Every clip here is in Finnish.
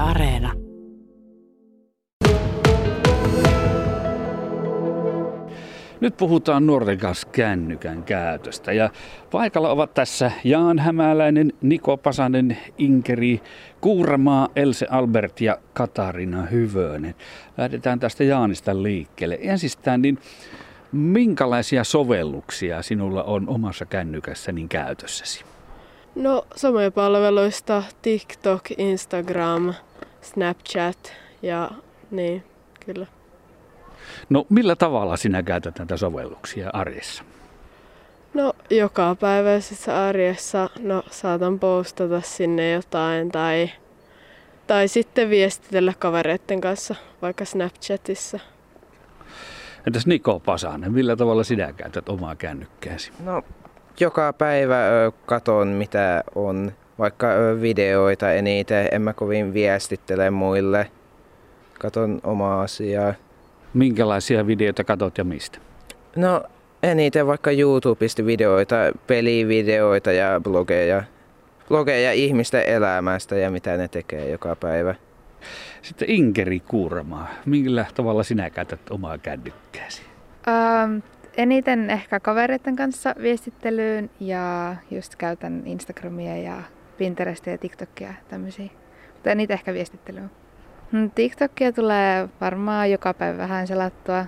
Areena. Nyt puhutaan nuorten kanssa kännykän käytöstä ja paikalla ovat tässä Jaan Hämäläinen, Niko Pasanen, Inkeri Kuuramaa, Else Albert ja Katarina Hyvönen. Lähdetään tästä Jaanista liikkeelle. Ensistään, niin minkälaisia sovelluksia sinulla on omassa kännykässäni käytössäsi? No somepalveluista TikTok, Instagram, Snapchat ja niin, kyllä. No millä tavalla sinä käytät näitä sovelluksia arjessa? No jokapäiväisessä arjessa saatan postata sinne jotain tai sitten viestitellä kavereiden kanssa vaikka Snapchatissa. Entäs Niko Pasanen, millä tavalla sinä käytät omaa kännykkääsi? No joka päivä katon mitä on, vaikka videoita eniten, en mä kovin viestittele muille, katon omaa asiaa. Minkälaisia videoita katot ja mistä? No eniten vaikka YouTubesta videoita, pelivideoita ja blogeja ihmisten elämästä ja mitä ne tekee joka päivä. Sitten Inkeri Kuuramaa, millä tavalla sinä käytät omaa kännykkääsi? Eniten ehkä kavereiden kanssa viestittelyyn ja just käytän Instagramia ja Pinterestia ja TikTokia tämmöisiä. Mutta eniten ehkä viestittelyyn. TikTokia tulee varmaan joka päivä vähän selattua.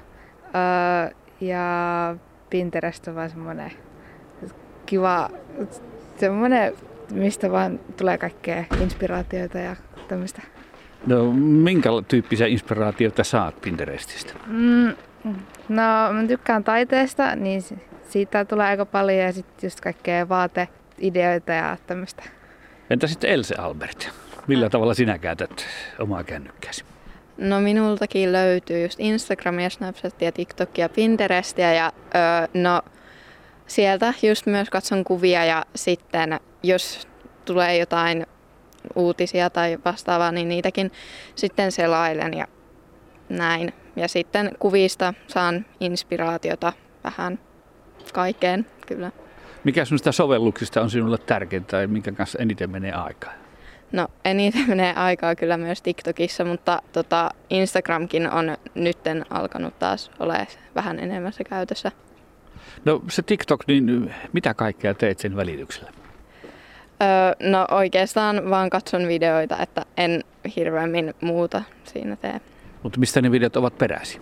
Ja Pinterest on vaan semmoinen kiva, semmoinen, mistä vaan tulee kaikkea inspiraatioita ja tämmöistä. No minkä tyyppisiä inspiraatioita saat Pinterestistä? No mä tykkään taiteesta, niin siitä tulee aika paljon ja sitten just kaikkea vaateideoita ja tämmöistä. Entä sitten Else Albert? Millä tavalla sinä käytät omaa kännykkääsi? No minultakin löytyy just Instagramia, Snapchatia, TikTokia, Pinterestia ja sieltä just myös katson kuvia ja sitten jos tulee jotain uutisia tai vastaavaa, niin niitäkin sitten selailen ja näin. Ja sitten kuvista saan inspiraatiota vähän kaikkeen, kyllä. Mikä sinusta sovelluksista on sinulle tärkeintä tai minkä kanssa eniten menee aikaa? No eniten menee aikaa kyllä myös TikTokissa, mutta Instagramkin on nytten alkanut taas olemaan vähän enemmän se käytössä. No se TikTok, niin mitä kaikkea teet sen välityksellä? No oikeastaan vaan katson videoita, että en hirveämmin muuta siinä tee. Mutta mistä ne videot ovat peräisin?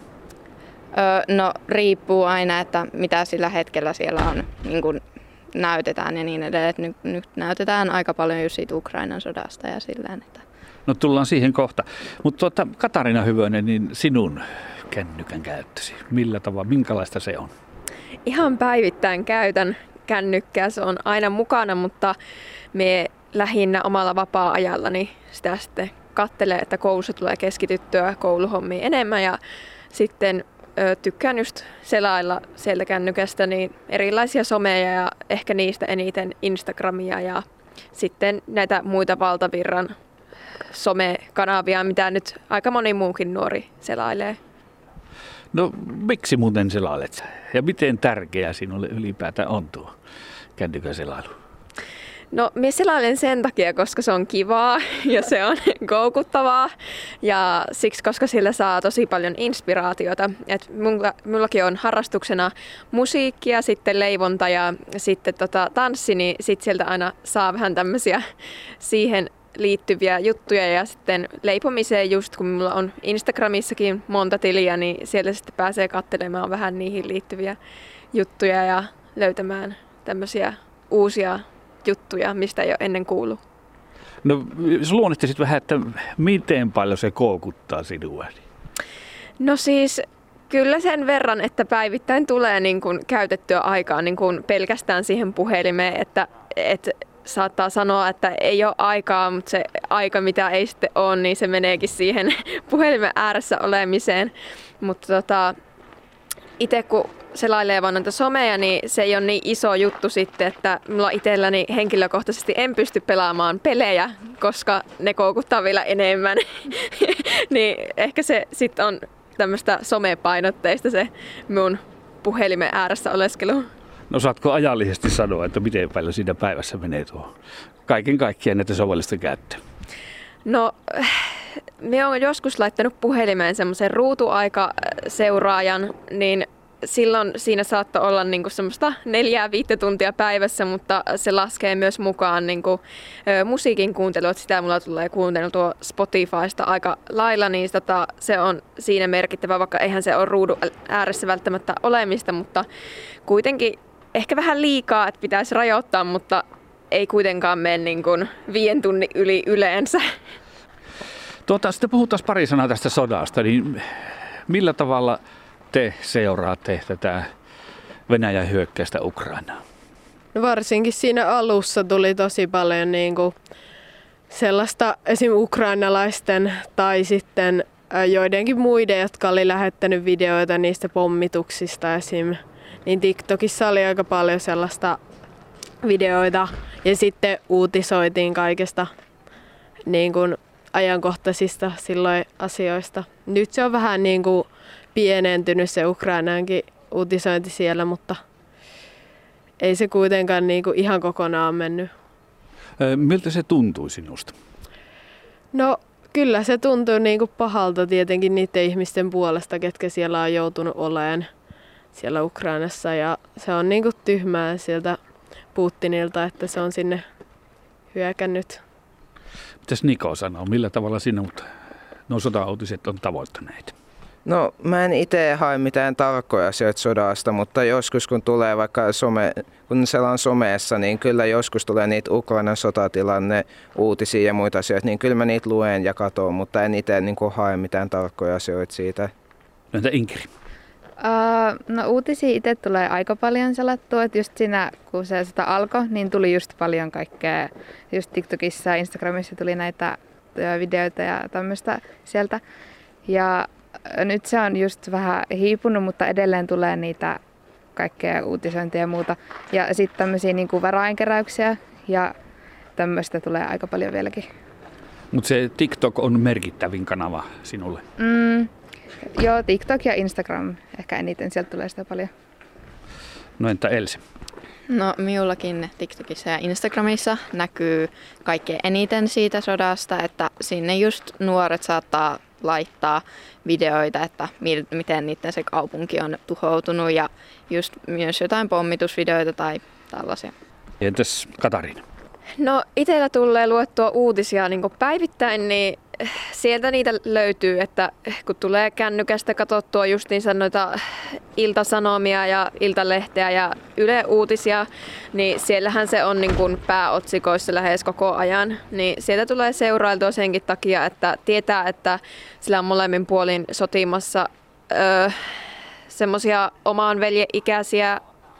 No riippuu aina, että mitä sillä hetkellä siellä on, niin kuin näytetään ja niin edelleen. Nyt näytetään aika paljon just siitä Ukrainan sodasta ja silleen. Että... No tullaan siihen kohta. Mutta Katarina Hyvönen, niin sinun kännykän käyttösi, millä tavalla, minkälaista se on? Ihan päivittäin käytän kännykkää, se on aina mukana, mutta me lähinnä omalla vapaa-ajallani sitä sitten katselen, että koulussa tulee keskityttyä kouluhommiin enemmän ja sitten tykkään just selailla sieltä kännykästä niin erilaisia someja ja ehkä niistä eniten Instagramia ja sitten näitä muita valtavirran somekanavia, mitä nyt aika moni muukin nuori selailee. No miksi muuten selailet ja miten tärkeää sinulle ylipäätään on tuo kännykän selailu? No minä selailen sen takia, koska se on kivaa ja se on koukuttavaa ja siksi, koska sillä saa tosi paljon inspiraatiota. Et mullakin on harrastuksena musiikki ja sitten leivonta ja sitten tanssi, niin sit sieltä aina saa vähän tämmöisiä siihen liittyviä juttuja ja sitten leipomiseen just kun mulla on Instagramissakin monta tiliä, niin siellä sitten pääsee katselemaan vähän niihin liittyviä juttuja ja löytämään tämmöisiä uusia juttuja, mistä ei ole ennen kuullut. No jos luonnittaisit vähän, että miten paljon se koukuttaa sinua? No siis kyllä sen verran, että päivittäin tulee niin kuin käytettyä aikaa niin kuin pelkästään siihen puhelimeen, että saattaa sanoa, että ei ole aikaa, mutta se aika mitä ei sitten ole, niin se meneekin siihen puhelimen ääressä olemiseen. Mutta itse kun selailee vaan noita someja, niin se ei ole niin iso juttu sitten, että mulla itselläni henkilökohtaisesti en pysty pelaamaan pelejä, koska ne koukuttaa vielä enemmän. Niin ehkä se sitten on tämmöistä somepainotteista se mun puhelimen ääressä oleskelu. No saatko ajallisesti sanoa, että miten paljon siinä päivässä menee tuohon kaiken kaikkiaan näitä sovellusten käyttöön? No minä olen joskus laittanut puhelimeen semmoisen ruutuaikaseuraajan, niin silloin siinä saattoi olla niinku semmoista 4-5 tuntia päivässä, mutta se laskee myös mukaan niinku, musiikin kuuntelua, että sitä mulla tulee kuunneltua Spotifysta aika lailla, niin se on siinä merkittävä, vaikka eihän se ole ruudun ääressä välttämättä olemista, mutta kuitenkin ehkä vähän liikaa, että pitäisi rajoittaa, mutta ei kuitenkaan mene niinku 5 tunnin yli yleensä. Sitten puhutaan pari sanaa tästä sodasta, niin millä tavalla te seuraatte tätä Venäjän hyökkäystä Ukrainaan? No varsinkin siinä alussa tuli tosi paljon niinku sellaista esim. Ukrainalaisten tai sitten joidenkin muiden, jotka oli lähettänyt videoita niistä pommituksista esim. Niin TikTokissa oli aika paljon sellaista videoita ja sitten uutisoitiin kaikesta niin kuin ajankohtaisista silloin asioista. Nyt se on vähän niin kuin pienentynyt se Ukrainaankin uutisointi siellä, mutta ei se kuitenkaan niin kuin ihan kokonaan mennyt. Miltä se tuntui sinusta? No kyllä se tuntuu niin kuin pahalta tietenkin niiden ihmisten puolesta, ketkä siellä on joutunut olemaan siellä Ukrainassa. Ja se on niin kuin tyhmää sieltä Putinilta, että se on sinne hyökännyt. Mitäs Niko sanoo? Millä tavalla sinut nuo sota-uutiset on tavoittaneet? No mä en itse hae mitään tarkkoja asioita sodasta, mutta joskus kun tulee vaikka kun selaan somessa, niin kyllä joskus tulee niitä Ukrainan sotatilanne uutisia ja muita asioita, niin kyllä mä niitä luen ja katon, mutta en itse niin hae mitään tarkkoja asioita siitä. Entä Inkeri? No uutisia itse tulee aika paljon selattua, että just siinä kun se sota alkoi, niin tuli just paljon kaikkea, just TikTokissa ja Instagramissa tuli näitä videoita ja tämmöistä sieltä. Ja nyt se on just vähän hiipunut, mutta edelleen tulee niitä kaikkea uutisointia ja muuta. Ja sitten tämmöisiä niinku varainkeräyksiä ja tämmöistä tulee aika paljon vieläkin. Mutta se TikTok on merkittävin kanava sinulle? Joo, TikTok ja Instagram. Ehkä eniten sieltä tulee sitä paljon. No entä Else? No minullakin TikTokissa ja Instagramissa näkyy kaikkein eniten siitä sodasta, että sinne just nuoret saattaa laittaa videoita, että miten niiden se kaupunki on tuhoutunut ja just myös jotain pommitusvideoita tai tällaisia. Entäs Katariina? No itsellä tulee luettua uutisia niin päivittäin, niin sieltä niitä löytyy, että kun tulee kännykästä katsottua justiinsa noita Ilta-Sanomia ja Iltalehteä ja Yle Uutisia, niin siellähän se on niin kuin pääotsikoissa lähes koko ajan. Niin sieltä tulee seurailtua senkin takia, että tietää, että sillä on molemmin puolin sotimassa semmoisia omaan veljen ikäisiä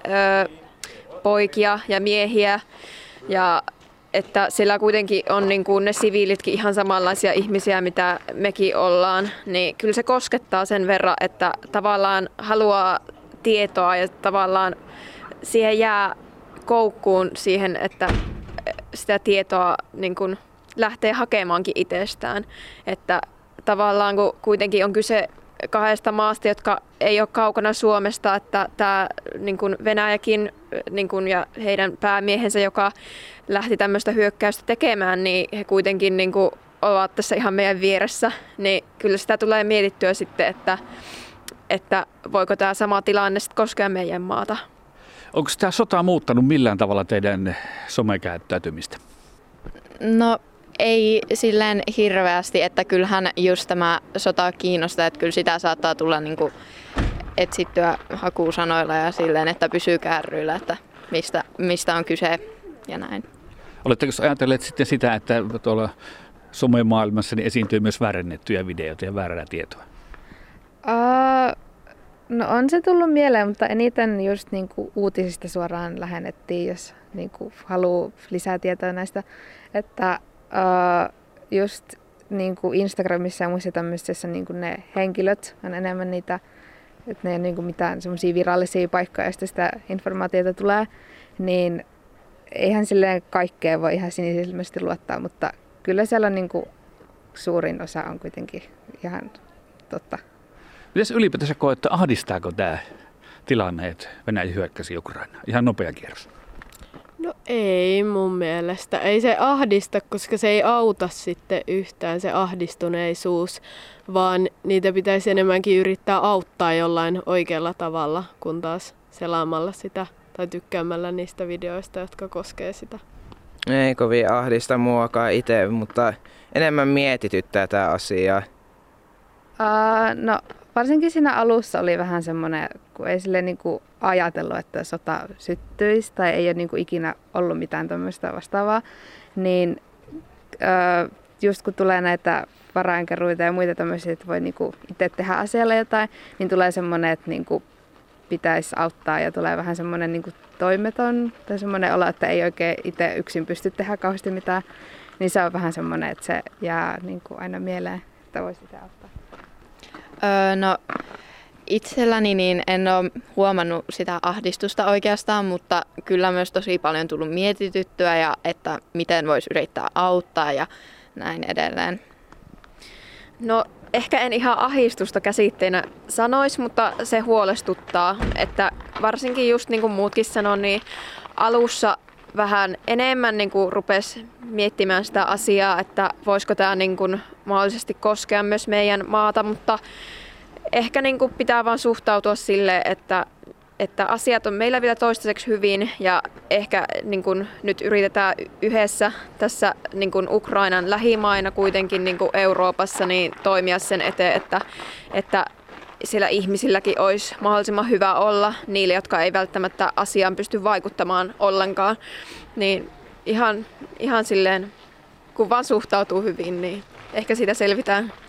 poikia ja miehiä. Ja että siellä kuitenkin on niin kuin ne siviilitkin ihan samanlaisia ihmisiä, mitä mekin ollaan, niin kyllä se koskettaa sen verran, että tavallaan haluaa tietoa ja tavallaan siihen jää koukkuun siihen, että sitä tietoa niin kuin lähtee hakemaankin itsestään. Että tavallaan kun kuitenkin on kyse 2 maasta, jotka ei ole kaukana Suomesta, että tämä niin kuin Venäjäkin niin kuin, ja heidän päämiehensä, joka lähti tämmöistä hyökkäystä tekemään, niin he kuitenkin niin kuin, ovat tässä ihan meidän vieressä. Niin kyllä sitä tulee mietittyä sitten, että voiko tämä sama tilanne sitten koskea meidän maata. Onko tämä sota muuttanut millään tavalla teidän somekäyttäytymistä? No ei silleen hirveästi, että kyllähän just tämä sota kiinnostaa, että kyllä sitä saattaa tulla niin kuin etsittyä hakusanoilla ja silleen, että pysyy kärryillä, että mistä on kyse ja näin. Oletteko ajatelleet sitten sitä, että tuolla somemaailmassa niin esiintyy myös väärennettyjä videoita ja väärää tietoa? No on se tullut mieleen, mutta eniten just niinku uutisista suoraan lähennettiin, jos niinku haluaa lisää tietoa näistä. Että just niinku Instagramissa ja muissa tämmöisissä niinku ne henkilöt on enemmän niitä, että ne ei ole niinku mitään semmoisia virallisia paikkoja, joista sitä informaatiota tulee, niin eihän silleen kaikkea voi ihan sinisilmäisesti luottaa, mutta kyllä siellä on niinku suurin osa on kuitenkin ihan totta. Mites ylipäätänsä koette, ahdistaako tämä tilanne, että Venäjä hyökkäsi Ukrainaan? Ihan nopea kierros. No ei mun mielestä. Ei se ahdista, koska se ei auta sitten yhtään se ahdistuneisuus, vaan niitä pitäisi enemmänkin yrittää auttaa jollain oikealla tavalla, kun taas selaamalla sitä tai tykkäämällä niistä videoista, jotka koskee sitä. Ei kovin ahdista muakaan itse, mutta enemmän mietityttää tämä asia. No varsinkin siinä alussa oli vähän semmoinen, kun ei sille niinku ajatellut, että sota syttyisi tai ei ole niinku ikinä ollut mitään tämmöistä vastaavaa, niin just kun tulee näitä varainkeruita ja muita tämmöisiä, että voi niinku itse tehdä asialle jotain, niin tulee semmoinen, että niinku pitäisi auttaa ja tulee vähän semmoinen niinku toimeton tai semmoinen olo, että ei oikein itse yksin pysty tehdä kauheasti mitään, niin se on vähän semmoinen, että se jää niinku aina mieleen, että voisi itse auttaa. No itselläni niin en ole huomannut sitä ahdistusta oikeastaan, mutta kyllä myös tosi paljon tullut mietityttyä ja että miten voisi yrittää auttaa ja näin edelleen. No ehkä en ihan ahdistusta käsitteenä sanoisi, mutta se huolestuttaa, että varsinkin just niin kuin muutkin sanoi, niin alussa vähän enemmän niin kuin rupesi miettimään sitä asiaa, että voisiko tämä niin kuin mahdollisesti koskea myös meidän maata, mutta ehkä niin kuin pitää vaan suhtautua sille, että asiat on meillä vielä toistaiseksi hyvin ja ehkä niin kuin nyt yritetään yhdessä tässä niin kuin Ukrainan lähimaina kuitenkin niin kuin Euroopassa niin toimia sen eteen, että siellä ihmisilläkin olisi mahdollisimman hyvä olla, niille, jotka ei välttämättä asiaan pysty vaikuttamaan ollenkaan. Niin ihan silleen, kun vaan suhtautuu hyvin, niin ehkä siitä selvitään.